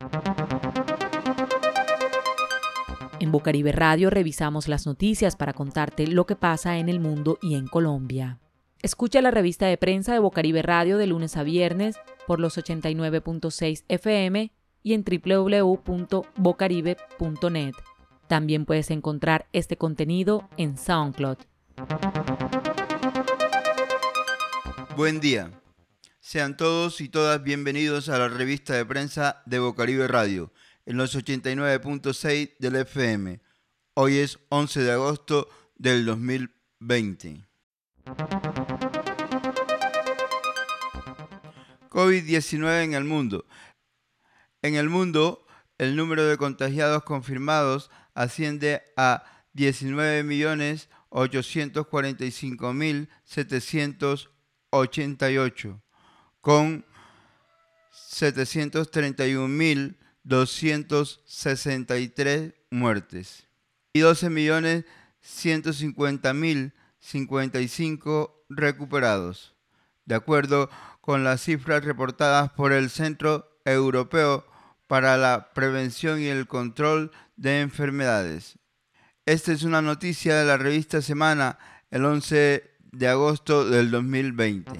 En Bocaribe Radio revisamos las noticias para contarte lo que pasa en el mundo y en Colombia. Escucha la revista de prensa de Bocaribe Radio de lunes a viernes por los 89.6 FM y en www.bocaribe.net. También puedes encontrar este contenido en SoundCloud. Buen día. Sean todos y todas bienvenidos a la revista de prensa de Bocaribe Radio, en los 89.6 del FM. Hoy es 11 de agosto del 2020. COVID-19 en el mundo. En el mundo, el número de contagiados confirmados asciende a 19.845.788, con 731.263 muertes y 12.150.055 recuperados, de acuerdo con las cifras reportadas por el Centro Europeo para la Prevención y el Control de Enfermedades. Esta es una noticia de la revista Semana, el 11 de agosto del 2020.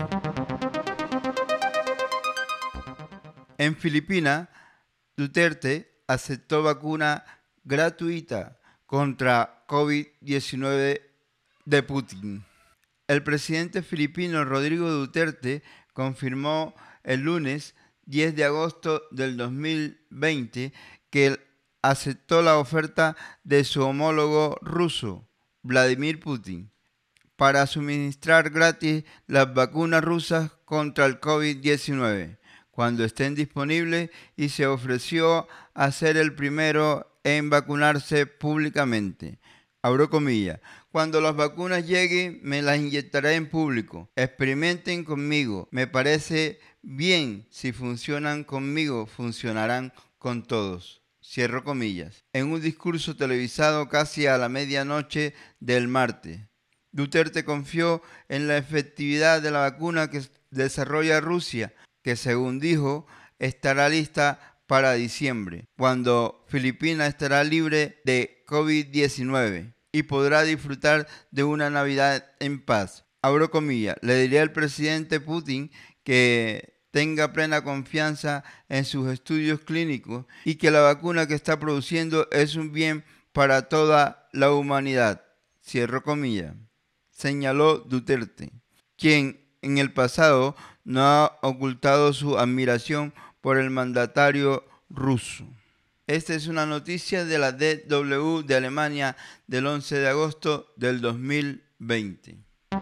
En Filipinas, Duterte aceptó vacuna gratuita contra COVID-19 de Putin. El presidente filipino Rodrigo Duterte confirmó el lunes 10 de agosto del 2020 que aceptó la oferta de su homólogo ruso, Vladimir Putin, para suministrar gratis las vacunas rusas contra el COVID-19 cuando estén disponibles, y se ofreció a ser el primero en vacunarse públicamente. Abro comillas: cuando las vacunas lleguen me las inyectaré en público. Experimenten conmigo. Me parece bien. Si funcionan conmigo, funcionarán con todos. Cierro comillas. En un discurso televisado casi a la medianoche del martes, Duterte confió en la efectividad de la vacuna que desarrolla Rusia, que según dijo estará lista para diciembre, cuando Filipinas estará libre de COVID-19 y podrá disfrutar de una Navidad en paz. Abro comillas: le diré al presidente Putin que tenga plena confianza en sus estudios clínicos y que la vacuna que está produciendo es un bien para toda la humanidad. Cierro comillas. Señaló Duterte, quien en el pasado no ha ocultado su admiración por el mandatario ruso. Esta es una noticia de la DW de Alemania del 11 de agosto del 2020.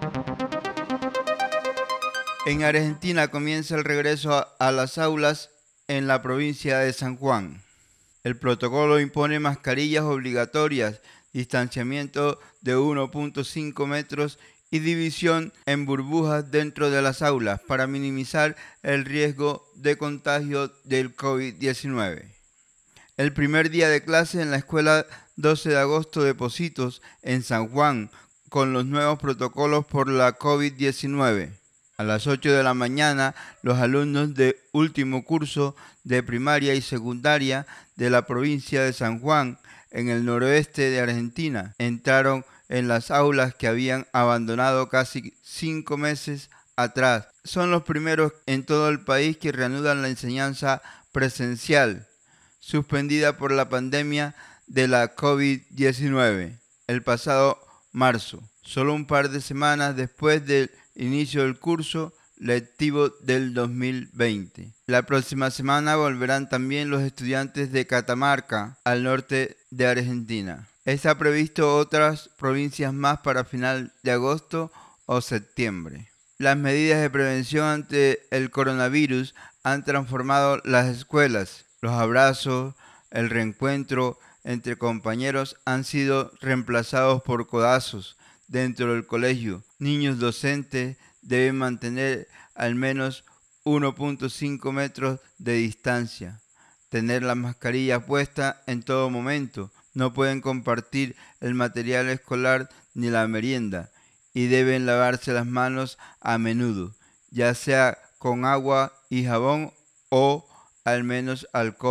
En Argentina comienza el regreso a las aulas en la provincia de San Juan. El protocolo impone mascarillas obligatorias, distanciamiento de 1.5 metros y división en burbujas dentro de las aulas para minimizar el riesgo de contagio del COVID-19. El primer día de clase en la escuela 12 de agosto de Pocitos, en San Juan, con los nuevos protocolos por la COVID-19. A las 8 de la mañana, los alumnos de último curso de primaria y secundaria de la provincia de San Juan, en el noroeste de Argentina, entraron en las aulas que habían abandonado casi 5 meses atrás. Son los primeros en todo el país que reanudan la enseñanza presencial, suspendida por la pandemia de la COVID-19 el pasado marzo, solo un par de semanas después del inicio del curso lectivo del 2020. La próxima semana volverán también los estudiantes de Catamarca, al norte de Argentina. Está previsto otras provincias más para final de agosto o septiembre. Las medidas de prevención ante el coronavirus han transformado las escuelas. Los abrazos, el reencuentro entre compañeros han sido reemplazados por codazos dentro del colegio. Niños docentes deben mantener al menos 1.5 metros de distancia, tener la mascarilla puesta en todo momento, no pueden compartir el material escolar ni la merienda y deben lavarse las manos a menudo, ya sea con agua y jabón o al menos alcohol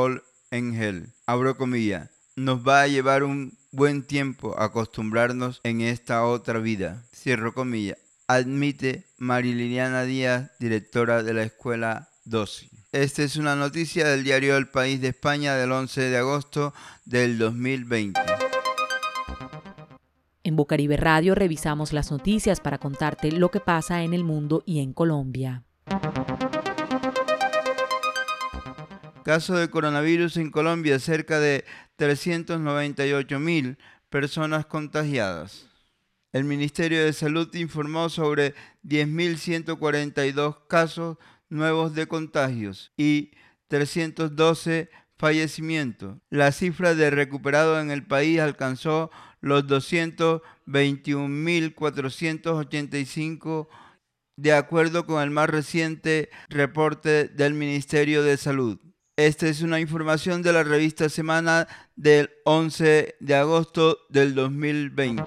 en gel. Abro comillas. Nos va a llevar un buen tiempo acostumbrarnos en esta otra vida. Cierro comillas. Admite Marililiana Díaz, directora de la Escuela DOSI. Esta es una noticia del diario El País de España del 11 de agosto del 2020. En Bocaribe Radio revisamos las noticias para contarte lo que pasa en el mundo y en Colombia. Caso de coronavirus en Colombia, cerca de 398.000 personas contagiadas. El Ministerio de Salud informó sobre 10.142 casos nuevos de contagios y 312 fallecimientos. La cifra de recuperados en el país alcanzó los 221.485 de acuerdo con el más reciente reporte del Ministerio de Salud. Esta es una información de la revista Semana del 11 de agosto del 2020.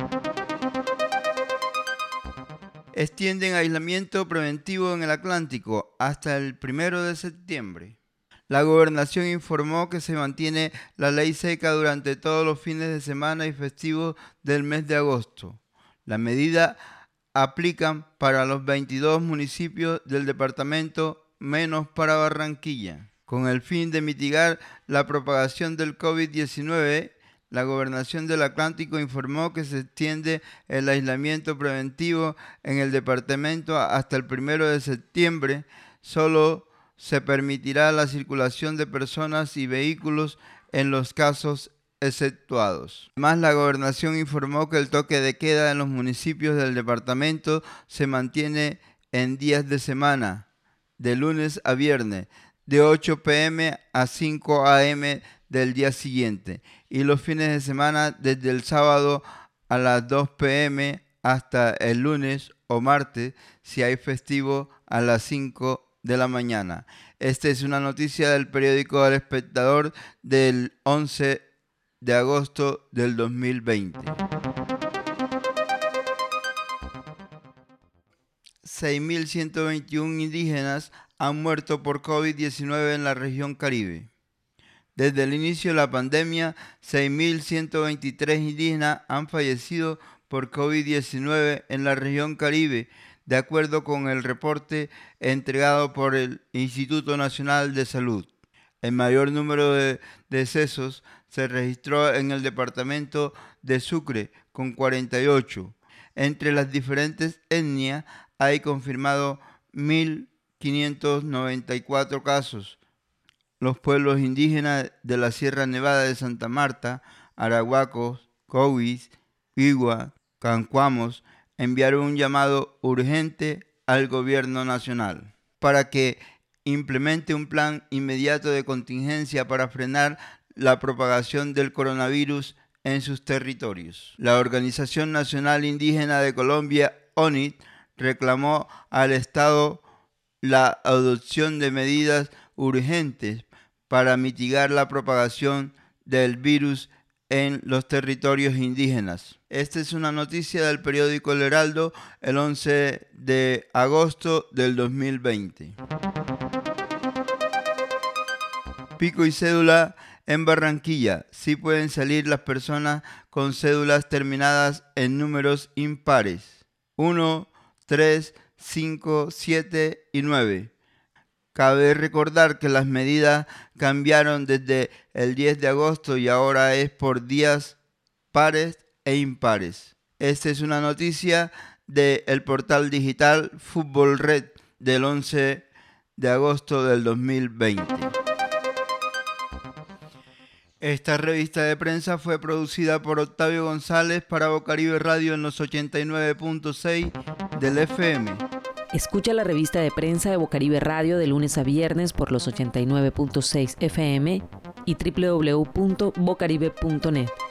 Extienden aislamiento preventivo en el Atlántico hasta el 1 de septiembre. La gobernación informó que se mantiene la ley seca durante todos los fines de semana y festivos del mes de agosto. La medida aplican para los 22 municipios del departamento, menos para Barranquilla. Con el fin de mitigar la propagación del COVID-19, la Gobernación del Atlántico informó que se extiende el aislamiento preventivo en el departamento hasta el 1 de septiembre. Solo se permitirá la circulación de personas y vehículos en los casos exceptuados. Además, la Gobernación informó que el toque de queda en los municipios del departamento se mantiene en días de semana, de lunes a viernes, de 8 p.m. a 5 a.m. del día siguiente, y los fines de semana desde el sábado a las 2 p.m. hasta el lunes o martes, si hay festivo, a las 5 de la mañana. Esta es una noticia del periódico El Espectador del 11 de agosto del 2020. 6.121 indígenas han muerto por COVID-19 en la región Caribe. Desde el inicio de la pandemia, 6.123 indígenas han fallecido por COVID-19 en la región Caribe, de acuerdo con el reporte entregado por el Instituto Nacional de Salud. El mayor número de decesos se registró en el departamento de Sucre, con 48. Entre las diferentes etnias hay confirmado 1.594 casos. Los pueblos indígenas de la Sierra Nevada de Santa Marta, Arahuacos, Cowis, Igua, Cancuamos, enviaron un llamado urgente al gobierno nacional para que implemente un plan inmediato de contingencia para frenar la propagación del coronavirus en sus territorios. La Organización Nacional Indígena de Colombia, ONID, reclamó al Estado la adopción de medidas urgentes para mitigar la propagación del virus en los territorios indígenas. Esta es una noticia del periódico El Heraldo, el 11 de agosto del 2020. Pico y cédula en Barranquilla. Sí pueden salir las personas con cédulas terminadas en números impares. 1, 3, 5, 7 y 9. Cabe recordar que las medidas cambiaron desde el 10 de agosto y ahora es por días pares e impares. Esta es una noticia del portal digital Fútbol Red del 11 de agosto del 2020. Esta revista de prensa fue producida por Octavio González para Bocaribe Radio en los 89.6 del FM. Escucha la revista de prensa de Bocaribe Radio de lunes a viernes por los 89.6 FM y www.bocaribe.net.